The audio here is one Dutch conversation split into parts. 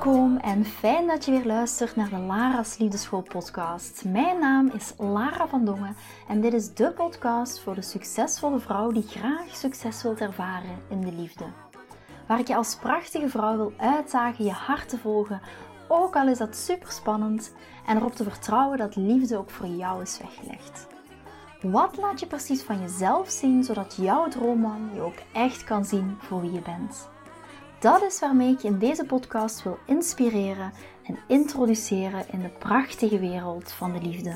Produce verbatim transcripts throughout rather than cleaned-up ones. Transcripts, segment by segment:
Welkom en fijn dat je weer luistert naar de Lara's Liefdeschool podcast. Mijn naam is Lara van Dongen en dit is de podcast voor de succesvolle vrouw die graag succes wilt ervaren in de liefde. Waar ik je als prachtige vrouw wil uitdagen je hart te volgen, ook al is dat super spannend, en erop te vertrouwen dat liefde ook voor jou is weggelegd. Wat laat je precies van jezelf zien, zodat jouw droomman je ook echt kan zien voor wie je bent? Dat is waarmee ik je in deze podcast wil inspireren en introduceren in de prachtige wereld van de liefde.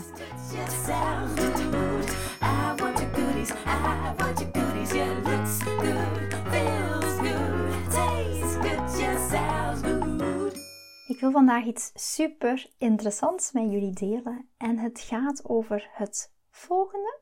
Ik wil vandaag iets super interessants met jullie delen en het gaat over het volgende.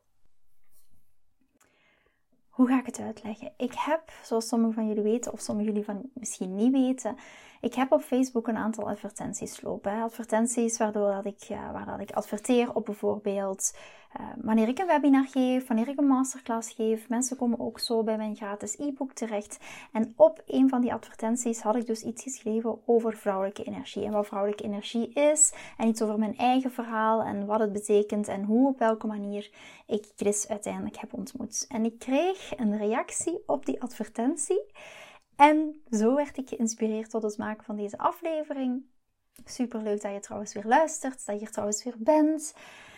Hoe ga ik het uitleggen? Ik heb, zoals sommigen van jullie weten of sommigen jullie van misschien niet weten, ik heb op Facebook een aantal advertenties lopen. Hè? Advertenties waardoor dat ik, ja, waar dat ik adverteer op bijvoorbeeld uh, wanneer ik een webinar geef, wanneer ik een masterclass geef. Mensen komen ook zo bij mijn gratis e-book terecht. En op een van die advertenties had ik dus iets geschreven over vrouwelijke energie. En wat vrouwelijke energie is. En iets over mijn eigen verhaal en wat het betekent en hoe, op welke manier ik Chris uiteindelijk heb ontmoet. En ik kreeg een reactie op die advertentie. En zo werd ik geïnspireerd tot het maken van deze aflevering. Super leuk dat je trouwens weer luistert, dat je er trouwens weer bent.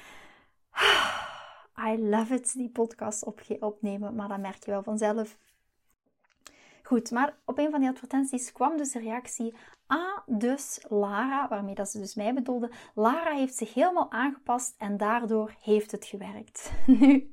I love it, die podcast op- opnemen, maar dat merk je wel vanzelf. Goed, maar op een van die advertenties kwam dus de reactie: ah, dus Lara, waarmee dat ze dus mij bedoelde, Lara heeft zich helemaal aangepast en daardoor heeft het gewerkt. Nu...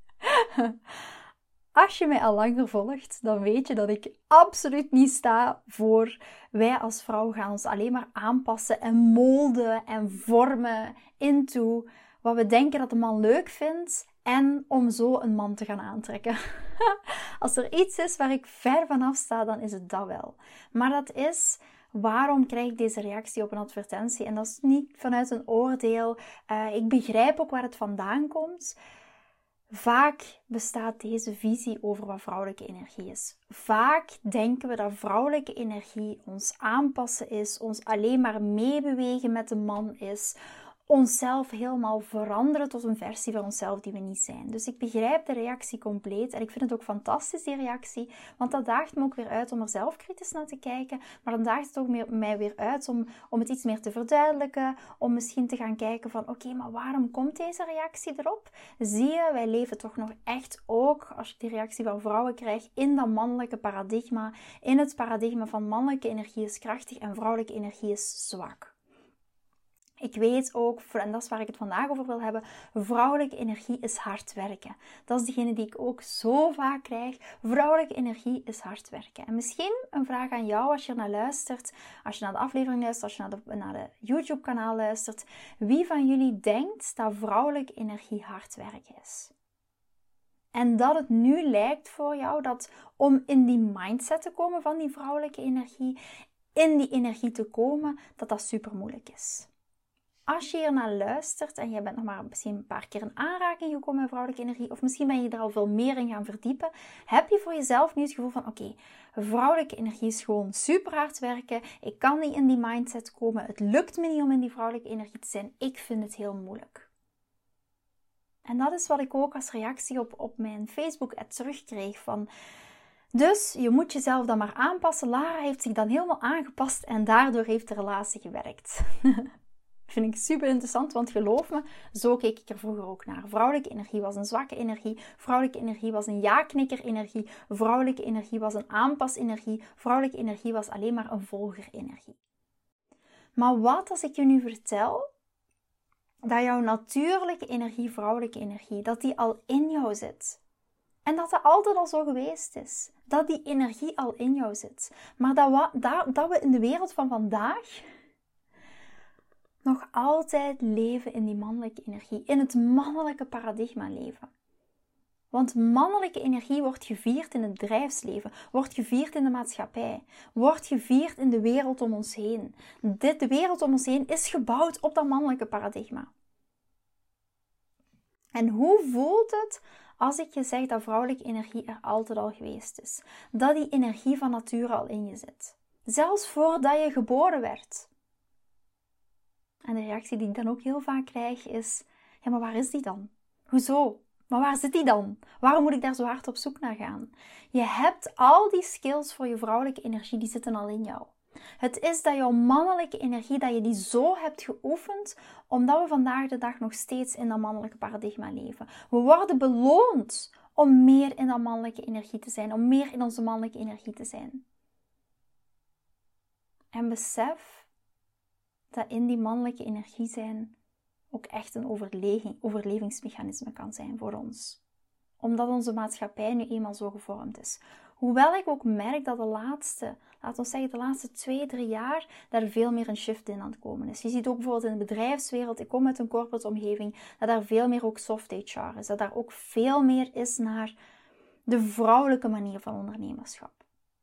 Als je mij al langer volgt, dan weet je dat ik absoluut niet sta voor wij als vrouw gaan ons alleen maar aanpassen en molden en vormen into wat we denken dat de man leuk vindt en om zo een man te gaan aantrekken. Als er iets is waar ik ver vanaf sta, dan is het dat wel. Maar dat is... Waarom krijg ik deze reactie op een advertentie? En dat is niet vanuit een oordeel. Uh, ik begrijp ook waar het vandaan komt. Vaak bestaat deze visie over wat vrouwelijke energie is. Vaak denken we dat vrouwelijke energie ons aanpassen is, ons alleen maar meebewegen met de man is, onszelf helemaal veranderen tot een versie van onszelf die we niet zijn. Dus ik begrijp de reactie compleet en ik vind het ook fantastisch, die reactie, want dat daagt me ook weer uit om er zelf kritisch naar te kijken, maar dan daagt het ook meer, mij weer uit om, om het iets meer te verduidelijken, om misschien te gaan kijken van oké, okay, maar waarom komt deze reactie erop? Zie je, wij leven toch nog echt ook, als je die reactie van vrouwen krijgt, in dat mannelijke paradigma, in het paradigma van mannelijke energie is krachtig en vrouwelijke energie is zwak. Ik weet ook, en dat is waar ik het vandaag over wil hebben, vrouwelijke energie is hard werken. Dat is degene die ik ook zo vaak krijg. Vrouwelijke energie is hard werken. En misschien een vraag aan jou als je naar luistert, als je naar de aflevering luistert, als je naar de, naar de YouTube-kanaal luistert. Wie van jullie denkt dat vrouwelijke energie hard werken is? En dat het nu lijkt voor jou dat om in die mindset te komen van die vrouwelijke energie, in die energie te komen, dat dat super moeilijk is. Als je hier naar luistert en je bent nog maar misschien een paar keer in aanraking gekomen met vrouwelijke energie, of misschien ben je er al veel meer in gaan verdiepen, heb je voor jezelf nu het gevoel van oké, okay, vrouwelijke energie is gewoon super hard werken, ik kan niet in die mindset komen, het lukt me niet om in die vrouwelijke energie te zijn, ik vind het heel moeilijk. En dat is wat ik ook als reactie op, op mijn Facebook-ad terugkreeg van... Dus je moet jezelf dan maar aanpassen. Lara heeft zich dan helemaal aangepast en daardoor heeft de relatie gewerkt. Vind ik super interessant, want geloof me, zo keek ik er vroeger ook naar. Vrouwelijke energie was een zwakke energie. Vrouwelijke energie was een ja-knikker-energie. Vrouwelijke energie was een aanpas-energie. Vrouwelijke energie was alleen maar een volger-energie. Maar wat als ik je nu vertel dat jouw natuurlijke energie, vrouwelijke energie, dat die al in jou zit? En dat dat altijd al zo geweest is. Dat die energie al in jou zit. Maar dat we, dat, dat we in de wereld van vandaag nog altijd leven in die mannelijke energie. In het mannelijke paradigma leven. Want mannelijke energie wordt gevierd in het bedrijfsleven. Wordt gevierd in de maatschappij. Wordt gevierd in de wereld om ons heen. Dit, de wereld om ons heen is gebouwd op dat mannelijke paradigma. En hoe voelt het als ik je zeg dat vrouwelijke energie er altijd al geweest is? Dat die energie van nature al in je zit. Zelfs voordat je geboren werd. En de reactie die ik dan ook heel vaak krijg is, ja, maar waar is die dan? Hoezo? Maar waar zit die dan? Waarom moet ik daar zo hard op zoek naar gaan? Je hebt al die skills voor je vrouwelijke energie, die zitten al in jou. Het is dat jouw mannelijke energie, dat je die zo hebt geoefend, omdat we vandaag de dag nog steeds in dat mannelijke paradigma leven. We worden beloond om meer in dat mannelijke energie te zijn, om meer in onze mannelijke energie te zijn. En besef dat in die mannelijke energie zijn ook echt een overleving, overlevingsmechanisme kan zijn voor ons. Omdat onze maatschappij nu eenmaal zo gevormd is. Hoewel ik ook merk dat de laatste, laten we zeggen de laatste twee, drie jaar, daar veel meer een shift in aan het komen is. Je ziet ook bijvoorbeeld in de bedrijfswereld, ik kom uit een corporate omgeving, dat daar veel meer ook soft H R is. Dat daar ook veel meer is naar de vrouwelijke manier van ondernemerschap.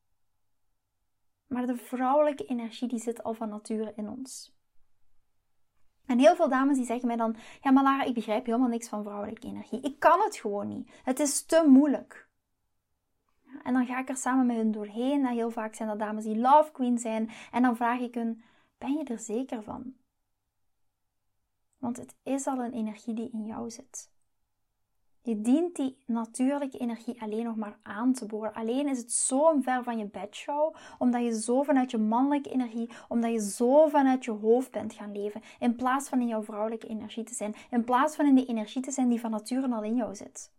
Maar de vrouwelijke energie die zit al van nature in ons. En heel veel dames die zeggen mij dan, ja maar Lara, ik begrijp helemaal niks van vrouwelijke energie. Ik kan het gewoon niet. Het is te moeilijk. En dan ga ik er samen met hun doorheen. En heel vaak zijn dat dames die love queen zijn. En dan vraag ik hun, ben je er zeker van? Want het is al een energie die in jou zit. Je dient die natuurlijke energie alleen nog maar aan te boren. Alleen is het zo ver van je bedshow, omdat je zo vanuit je mannelijke energie, omdat je zo vanuit je hoofd bent gaan leven, in plaats van in jouw vrouwelijke energie te zijn, in plaats van in de energie te zijn die van nature al in jou zit.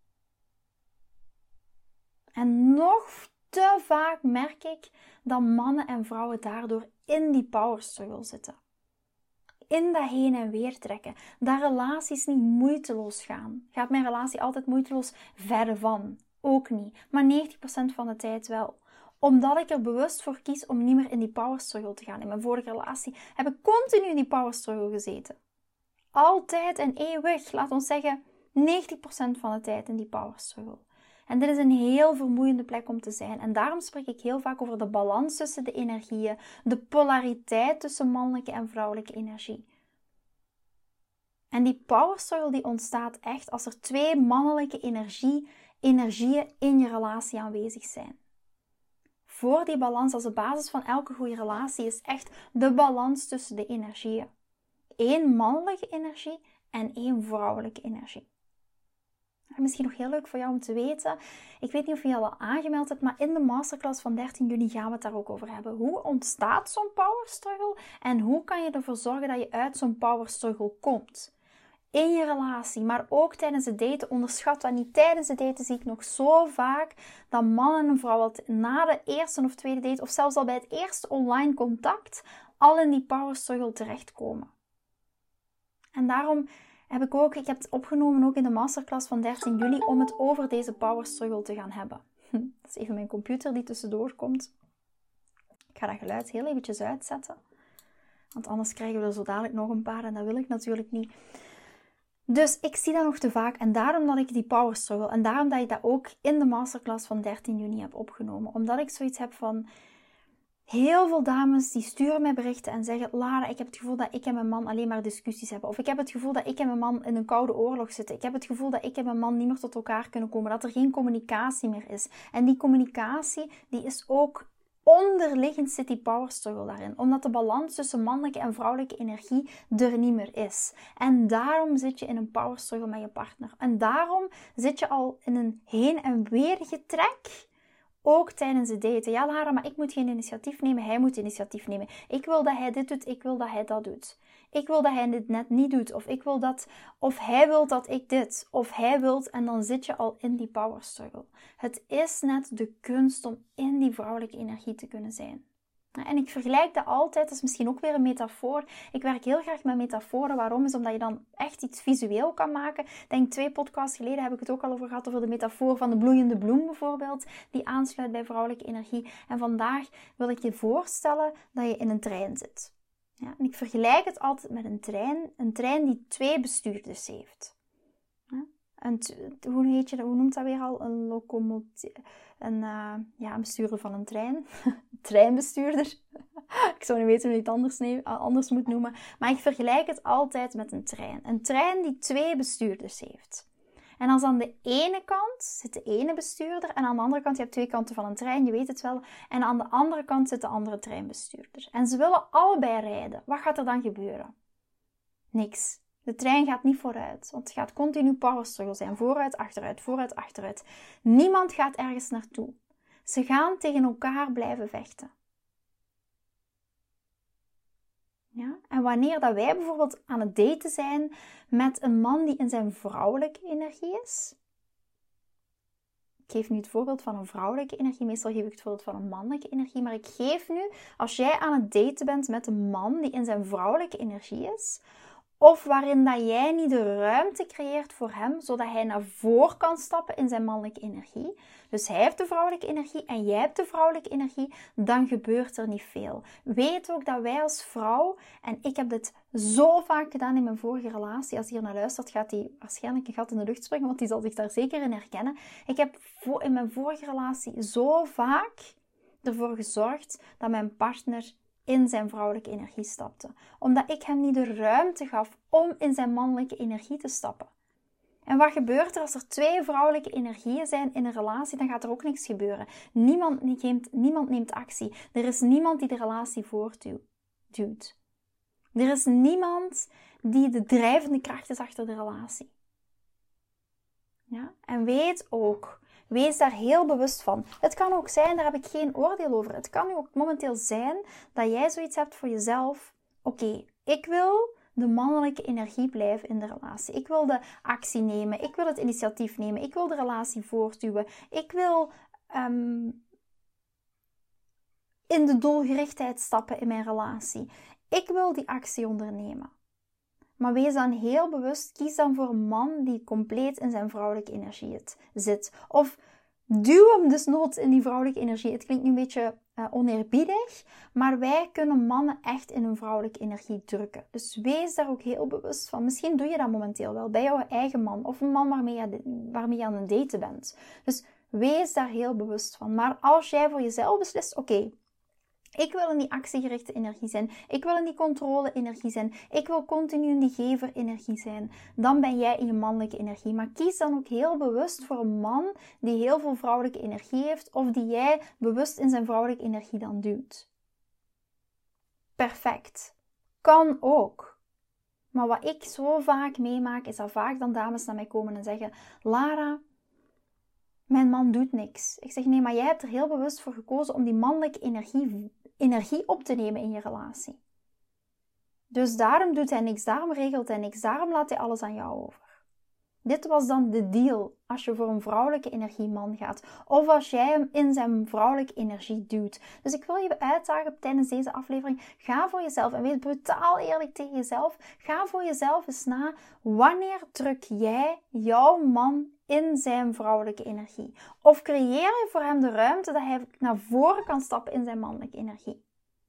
En nog te vaak merk ik dat mannen en vrouwen daardoor in die power struggle zitten. In dat heen en weer trekken. Dat relaties niet moeiteloos gaan. Gaat mijn relatie altijd moeiteloos? Verre van. Ook niet. Maar negentig procent van de tijd wel. Omdat ik er bewust voor kies om niet meer in die power struggle te gaan. In mijn vorige relatie heb ik continu in die power struggle gezeten. Altijd en eeuwig. Laat ons zeggen negentig procent van de tijd in die power struggle. En dit is een heel vermoeiende plek om te zijn. En daarom spreek ik heel vaak over de balans tussen de energieën. De polariteit tussen mannelijke en vrouwelijke energie. En die power struggle die ontstaat echt als er twee mannelijke energie, energieën in je relatie aanwezig zijn. Voor die balans, als de basis van elke goede relatie, is echt de balans tussen de energieën. Eén mannelijke energie en één vrouwelijke energie. Misschien nog heel leuk voor jou om te weten. Ik weet niet of je je al aangemeld hebt, maar in de masterclass van dertien juni gaan we het daar ook over hebben. Hoe ontstaat zo'n power struggle en hoe kan je ervoor zorgen dat je uit zo'n power struggle komt? In je relatie, maar ook tijdens het daten. Onderschat dat niet. Tijdens het daten zie ik nog zo vaak dat man en een vrouw al na de eerste of tweede date, of zelfs al bij het eerste online contact, al in die power struggle terechtkomen. En daarom heb ik ook, ik heb het opgenomen ook in de masterclass van dertien juli, om het over deze power struggle te gaan hebben. Dat is even mijn computer die tussendoor komt. Ik ga dat geluid heel eventjes uitzetten. Want anders krijgen we er zo dadelijk nog een paar en dat wil ik natuurlijk niet. Dus ik zie dat nog te vaak en daarom dat ik die power struggle en daarom dat ik dat ook in de masterclass van dertien juni heb opgenomen. Omdat ik zoiets heb van, heel veel dames die sturen mij berichten en zeggen, Lara, ik heb het gevoel dat ik en mijn man alleen maar discussies hebben. Of ik heb het gevoel dat ik en mijn man in een koude oorlog zitten. Ik heb het gevoel dat ik en mijn man niet meer tot elkaar kunnen komen. Dat er geen communicatie meer is. En die communicatie, die is ook onderliggend, zit die power struggle daarin. Omdat de balans tussen mannelijke en vrouwelijke energie er niet meer is. En daarom zit je in een power struggle met je partner. En daarom zit je al in een heen en weer getrek. Ook tijdens het daten. Ja, Lara, maar ik moet geen initiatief nemen. Hij moet initiatief nemen. Ik wil dat hij dit doet. Ik wil dat hij dat doet. Ik wil dat hij dit net niet doet. Of ik wil dat, of hij wil dat ik dit. Of hij wil, en dan zit je al in die power struggle. Het is net de kunst om in die vrouwelijke energie te kunnen zijn. En ik vergelijk dat altijd, dat is misschien ook weer een metafoor. Ik werk heel graag met metaforen. Waarom? Is omdat je dan echt iets visueel kan maken. Ik denk twee podcasts geleden heb ik het ook al over gehad, over de metafoor van de bloeiende bloem bijvoorbeeld, die aansluit bij vrouwelijke energie. En vandaag wil ik je voorstellen dat je in een trein zit. Ja, en ik vergelijk het altijd met een trein. Een trein die twee bestuurders heeft. Ja, een, hoe heet je dat? Hoe noemt dat weer al? Een locomotief. Een, uh, ja, een bestuurder van een trein. Treinbestuurder. Ik zou niet weten hoe je het anders, nee, anders moet noemen. Maar ik vergelijk het altijd met een trein. Een trein die twee bestuurders heeft. En als aan de ene kant zit de ene bestuurder en aan de andere kant, je hebt twee kanten van een trein, je weet het wel, en aan de andere kant zit de andere treinbestuurder. En ze willen allebei rijden. Wat gaat er dan gebeuren? Niks. De trein gaat niet vooruit, want het gaat continu power struggle zijn. Vooruit, achteruit, vooruit, achteruit. Niemand gaat ergens naartoe. Ze gaan tegen elkaar blijven vechten. Ja? En wanneer dat wij bijvoorbeeld aan het daten zijn met een man die in zijn vrouwelijke energie is. Ik geef nu het voorbeeld van een vrouwelijke energie. Meestal geef ik het voorbeeld van een mannelijke energie. Maar ik geef nu, als jij aan het daten bent met een man die in zijn vrouwelijke energie is, of waarin dat jij niet de ruimte creëert voor hem, zodat hij naar voren kan stappen in zijn mannelijke energie. Dus hij heeft de vrouwelijke energie en jij hebt de vrouwelijke energie, dan gebeurt er niet veel. Weet ook dat wij als vrouw, en ik heb dit zo vaak gedaan in mijn vorige relatie, als hij hier naar luistert, gaat hij waarschijnlijk een gat in de lucht springen, want die zal zich daar zeker in herkennen. Ik heb in mijn vorige relatie zo vaak ervoor gezorgd dat mijn partner in zijn vrouwelijke energie stapte. Omdat ik hem niet de ruimte gaf om in zijn mannelijke energie te stappen. En wat gebeurt er als er twee vrouwelijke energieën zijn in een relatie? Dan gaat er ook niks gebeuren. Niemand neemt, niemand neemt actie. Er is niemand die de relatie voortduwt. Er is niemand die de drijvende kracht is achter de relatie. Ja? En weet ook, wees daar heel bewust van. Het kan ook zijn, daar heb ik geen oordeel over. Het kan nu ook momenteel zijn dat jij zoiets hebt voor jezelf. Oké, okay, ik wil de mannelijke energie blijven in de relatie. Ik wil de actie nemen. Ik wil het initiatief nemen. Ik wil de relatie voortduwen. Ik wil um, in de doelgerichtheid stappen in mijn relatie. Ik wil die actie ondernemen. Maar wees dan heel bewust, kies dan voor een man die compleet in zijn vrouwelijke energie zit. Of duw hem dus nooit in die vrouwelijke energie. Het klinkt nu een beetje uh, oneerbiedig, maar wij kunnen mannen echt in hun vrouwelijke energie drukken. Dus wees daar ook heel bewust van. Misschien doe je dat momenteel wel bij jouw eigen man of een man waarmee je, waarmee je aan het daten bent. Dus wees daar heel bewust van. Maar als jij voor jezelf beslist, oké, okay, ik wil in die actiegerichte energie zijn. Ik wil in die controle-energie zijn. Ik wil continu in die gever-energie zijn. Dan ben jij in je mannelijke energie. Maar kies dan ook heel bewust voor een man die heel veel vrouwelijke energie heeft. Of die jij bewust in zijn vrouwelijke energie dan duwt. Perfect. Kan ook. Maar wat ik zo vaak meemaak, is dat vaak dan dames naar mij komen en zeggen: Lara, mijn man doet niks. Ik zeg: nee, maar jij hebt er heel bewust voor gekozen om die mannelijke energie, energie op te nemen in je relatie. Dus daarom doet hij niks, daarom regelt hij niks, daarom laat hij alles aan jou over. Dit was dan de deal als je voor een vrouwelijke energieman gaat. Of als jij hem in zijn vrouwelijke energie duwt. Dus ik wil je uitdagen tijdens deze aflevering. Ga voor jezelf en wees brutaal eerlijk tegen jezelf. Ga voor jezelf eens na. Wanneer druk jij jouw man in zijn vrouwelijke energie? Of creëer je voor hem de ruimte dat hij naar voren kan stappen in zijn mannelijke energie?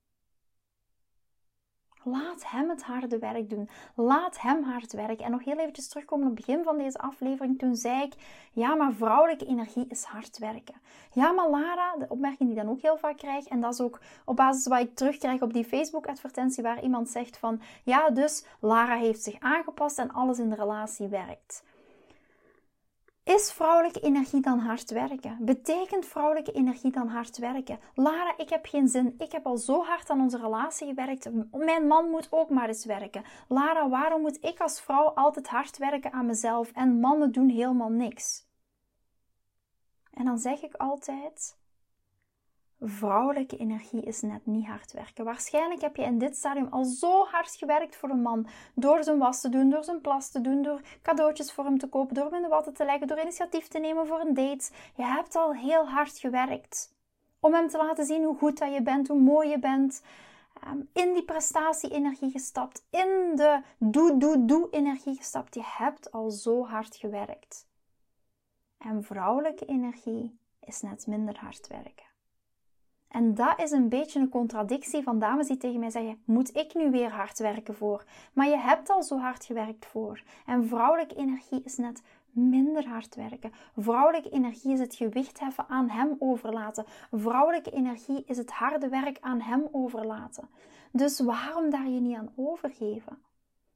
Laat hem het harde werk doen. Laat hem hard werken. En nog heel eventjes terugkomen op het begin van deze aflevering. Toen zei ik, ja, maar vrouwelijke energie is hard werken. Ja, maar Lara, de opmerking die ik dan ook heel vaak krijg, en dat is ook op basis wat ik terugkrijg op die Facebook-advertentie, waar iemand zegt van, ja, dus Lara heeft zich aangepast en alles in de relatie werkt. Is vrouwelijke energie dan hard werken? Betekent vrouwelijke energie dan hard werken? Lara, ik heb geen zin. Ik heb al zo hard aan onze relatie gewerkt. Mijn man moet ook maar eens werken. Lara, waarom moet ik als vrouw altijd hard werken aan mezelf en mannen doen helemaal niks? En dan zeg ik altijd, vrouwelijke energie is net niet hard werken. Waarschijnlijk heb je in dit stadium al zo hard gewerkt voor een man. Door zijn was te doen, door zijn plas te doen, door cadeautjes voor hem te kopen, door hem in de watten te leggen, door initiatief te nemen voor een date. Je hebt al heel hard gewerkt. Om hem te laten zien hoe goed dat je bent, hoe mooi je bent. In die prestatie-energie gestapt. In de doe-doe-doe-energie gestapt. Je hebt al zo hard gewerkt. En vrouwelijke energie is net minder hard werken. En dat is een beetje een contradictie van dames die tegen mij zeggen, moet ik nu weer hard werken voor? Maar je hebt al zo hard gewerkt voor. En vrouwelijke energie is net minder hard werken. Vrouwelijke energie is het gewicht heffen aan hem overlaten. Vrouwelijke energie is het harde werk aan hem overlaten. Dus waarom daar je niet aan overgeven?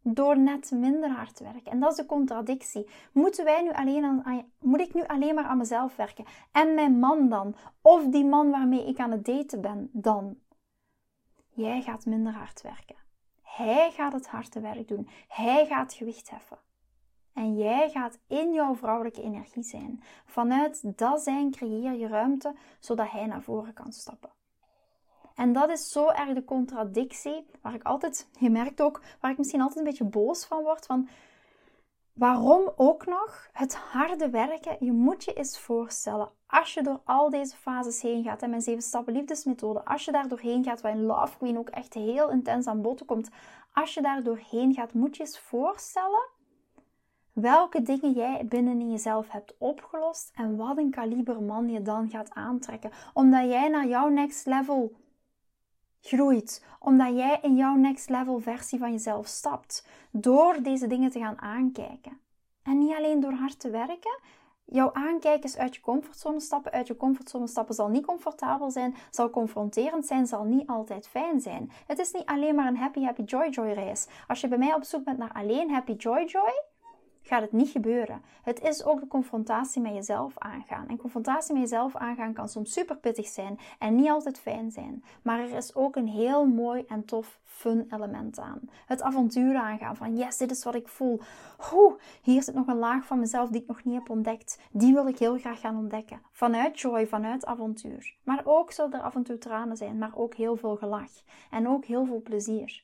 door net minder hard te werken. En dat is de contradictie. Moeten wij nu alleen aan, moet ik nu alleen maar aan mezelf werken? En mijn man dan? Of die man waarmee ik aan het daten ben dan? Jij gaat minder hard werken. Hij gaat het harde werk doen. Hij gaat gewicht heffen. En jij gaat in jouw vrouwelijke energie zijn. Vanuit dat zijn creëer je ruimte, zodat hij naar voren kan stappen. En dat is zo erg de contradictie, waar ik altijd, je merkt ook, waar ik misschien altijd een beetje boos van word. Van waarom ook nog het harde werken? Je moet je eens voorstellen, als je door al deze fases heen gaat, en mijn zeven stappen liefdesmethode, als je daar doorheen gaat, waar in Love Queen ook echt heel intens aan bod komt, als je daar doorheen gaat, moet je eens voorstellen welke dingen jij binnenin jezelf hebt opgelost en wat een kaliber man je dan gaat aantrekken. Omdat jij naar jouw next level groeit. Omdat jij in jouw next level versie van jezelf stapt. Door deze dingen te gaan aankijken. En niet alleen door hard te werken. Jouw aankijken is uit je comfortzone stappen. Uit je comfortzone stappen zal niet comfortabel zijn. Zal confronterend zijn. Zal niet altijd fijn zijn. Het is niet alleen maar een happy, happy, joy, joy reis. Als je bij mij op zoek bent naar alleen happy, joy, joy, gaat het niet gebeuren. Het is ook de confrontatie met jezelf aangaan. En confrontatie met jezelf aangaan kan soms super pittig zijn en niet altijd fijn zijn. Maar er is ook een heel mooi en tof fun element aan. Het avontuur aangaan van yes, dit is wat ik voel. Oeh, hier zit nog een laag van mezelf die ik nog niet heb ontdekt. Die wil ik heel graag gaan ontdekken. Vanuit joy, vanuit avontuur. Maar ook zullen er af en toe tranen zijn, maar ook heel veel gelach. En ook heel veel plezier.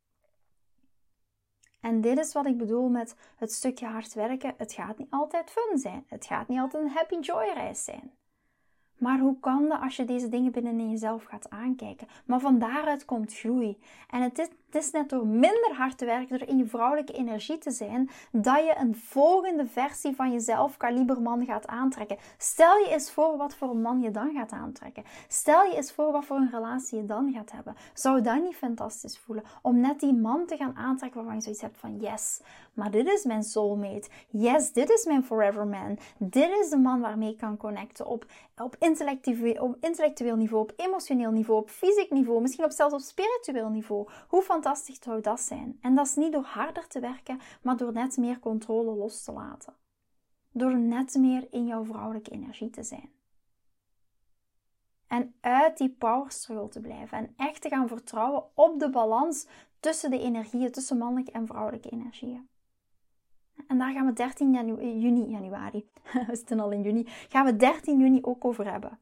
En dit is wat ik bedoel met het stukje hard werken. Het gaat niet altijd fun zijn. Het gaat niet altijd een happy joy reis zijn. Maar hoe kan dat als je deze dingen binnenin jezelf gaat aankijken? Maar van daaruit komt groei. En het is, het is net door minder hard te werken, door in je vrouwelijke energie te zijn, dat je een volgende versie van jezelf, kaliberman, gaat aantrekken. Stel je eens voor wat voor een man je dan gaat aantrekken. Stel je eens voor wat voor een relatie je dan gaat hebben. Zou dat niet fantastisch voelen? Om net die man te gaan aantrekken waarvan je zoiets hebt van yes, maar dit is mijn soulmate. Yes, dit is mijn forever man. Dit is de man waarmee ik kan connecten op, op Intellectueel, op intellectueel niveau, op emotioneel niveau, op fysiek niveau, misschien op zelfs op spiritueel niveau. Hoe fantastisch zou dat zijn? En dat is niet door harder te werken, maar door net meer controle los te laten. Door net meer in jouw vrouwelijke energie te zijn. En uit die power struggle te blijven. En echt te gaan vertrouwen op de balans tussen de energieën, tussen mannelijke en vrouwelijke energieën. En daar gaan we dertien juni, januari, we zitten al in juni, gaan we dertien juni ook over hebben.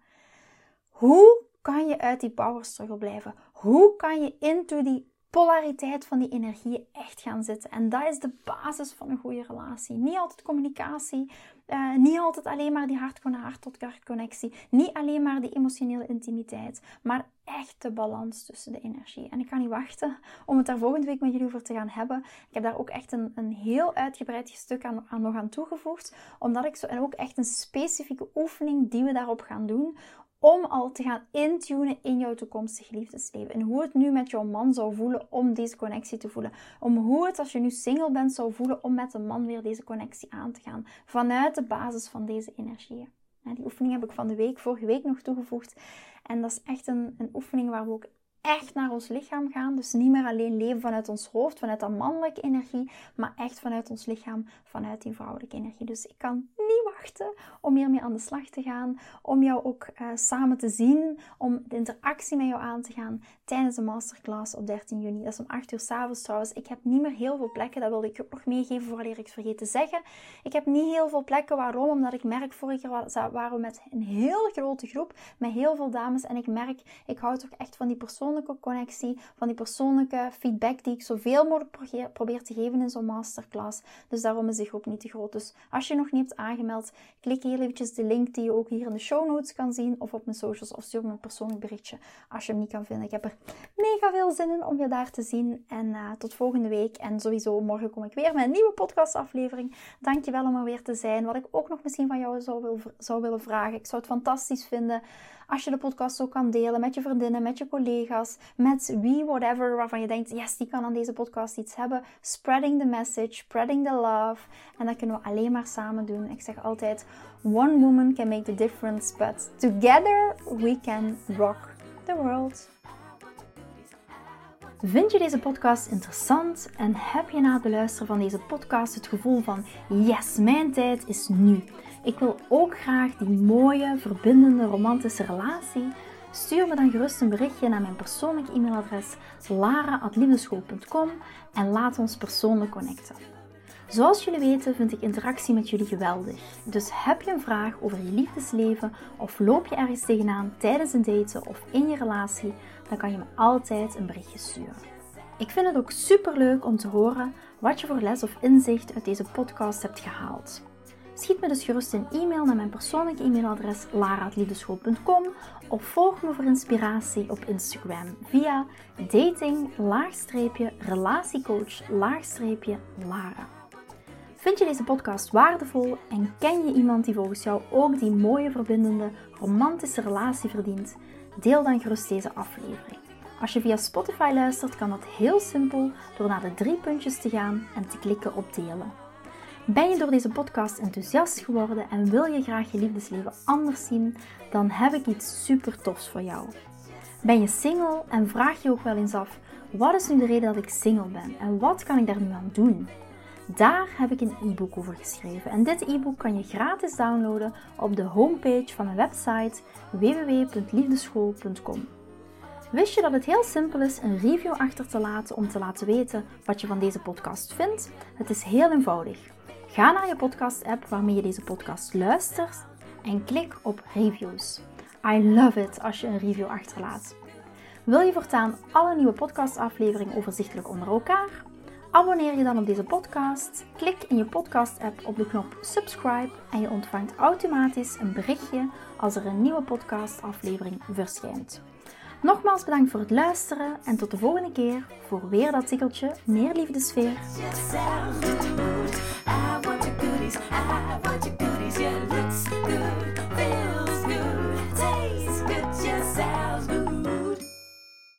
Hoe kan je uit die power struggle blijven? Hoe kan je into die polariteit van die energieën echt gaan zitten? En dat is de basis van een goede relatie. Niet altijd communicatie, uh, niet altijd alleen maar die hart-naar-hart tot hart connectie, niet alleen maar die emotionele intimiteit, maar echt de balans tussen de energie. En ik kan niet wachten om het daar volgende week met jullie over te gaan hebben. Ik heb daar ook echt een, een heel uitgebreid stuk aan, aan nog aan toegevoegd, omdat ik zo, en ook echt een specifieke oefening die we daarop gaan doen, om al te gaan intunen in jouw toekomstige liefdesleven. En hoe het nu met jouw man zou voelen om deze connectie te voelen. Om hoe het als je nu single bent zou voelen om met een man weer deze connectie aan te gaan. Vanuit de basis van deze energieën. Die oefening heb ik van de week, vorige week nog toegevoegd. En dat is echt een, een oefening waar we ook echt naar ons lichaam gaan. Dus niet meer alleen leven vanuit ons hoofd, vanuit dat mannelijke energie, maar echt vanuit ons lichaam, vanuit die vrouwelijke energie. Dus ik kan niet wachten om hiermee aan de slag te gaan, om jou ook uh, samen te zien, om de interactie met jou aan te gaan tijdens de masterclass op dertien juni. Dat is om acht uur 's avonds trouwens. Ik heb niet meer heel veel plekken, dat wilde ik ook nog meegeven voordat ik het vergeet te zeggen. Ik heb niet heel veel plekken. Waarom? Omdat ik merk, vorige keer waren we met een hele grote groep, met heel veel dames, en ik merk, ik hou toch echt van die persoonlijke connectie, van die persoonlijke feedback die ik zoveel mogelijk probeer te geven in zo'n masterclass. Dus daarom is de groep niet te groot. Dus als je nog niet hebt aangemeld, klik hier eventjes de link die je ook hier in de show notes kan zien, of op mijn socials, of stuur me een persoonlijk berichtje als je hem niet kan vinden. Ik heb er mega veel zin in om je daar te zien. En uh, tot volgende week. En sowieso morgen kom ik weer met een nieuwe podcastaflevering. Dankjewel om er weer te zijn. Wat ik ook nog misschien van jou zou, wil, zou willen vragen. Ik zou het fantastisch vinden als je de podcast ook kan delen met je vriendinnen, met je collega's, met wie, whatever, waarvan je denkt, yes, die kan aan deze podcast iets hebben. Spreading the message, spreading the love. En dat kunnen we alleen maar samen doen. Ik zeg altijd, one woman can make the difference, but together we can rock the world. Vind je deze podcast interessant en heb je na het beluisteren van deze podcast het gevoel van yes, mijn tijd is nu. Ik wil ook graag die mooie, verbindende, romantische relatie. Stuur me dan gerust een berichtje naar mijn persoonlijk e-mailadres lara at liefdeschool punt com en laat ons persoonlijk connecten. Zoals jullie weten vind ik interactie met jullie geweldig. Dus heb je een vraag over je liefdesleven of loop je ergens tegenaan tijdens een daten of in je relatie, dan kan je me altijd een berichtje sturen. Ik vind het ook super leuk om te horen wat je voor les of inzicht uit deze podcast hebt gehaald. Schiet me dus gerust een e-mail naar mijn persoonlijke e-mailadres lara at liefdeschool punt com of volg me voor inspiratie op Instagram via dating-relatiecoach-lara. Vind je deze podcast waardevol en ken je iemand die volgens jou ook die mooie, verbindende, romantische relatie verdient? Deel dan gerust deze aflevering. Als je via Spotify luistert, kan dat heel simpel door naar de drie puntjes te gaan en te klikken op delen. Ben je door deze podcast enthousiast geworden en wil je graag je liefdesleven anders zien, dan heb ik iets super tofs voor jou. Ben je single en vraag je ook wel eens af, wat is nu de reden dat ik single ben en wat kan ik daar nu aan doen? Daar heb ik een e-book over geschreven en dit e-book kan je gratis downloaden op de homepage van mijn website w w w punt liefdeschool punt com. Wist je dat het heel simpel is een review achter te laten om te laten weten wat je van deze podcast vindt? Het is heel eenvoudig. Ga naar je podcast-app waarmee je deze podcast luistert en klik op reviews. I love it als je een review achterlaat. Wil je voortaan alle nieuwe podcastafleveringen overzichtelijk onder elkaar? Abonneer je dan op deze podcast, klik in je podcast-app op de knop subscribe en je ontvangt automatisch een berichtje als er een nieuwe podcastaflevering verschijnt. Nogmaals bedankt voor het luisteren en tot de volgende keer voor weer dat tikkeltje meer liefdesfeer. I want your goodies, I want your goodies, yeah, looks good.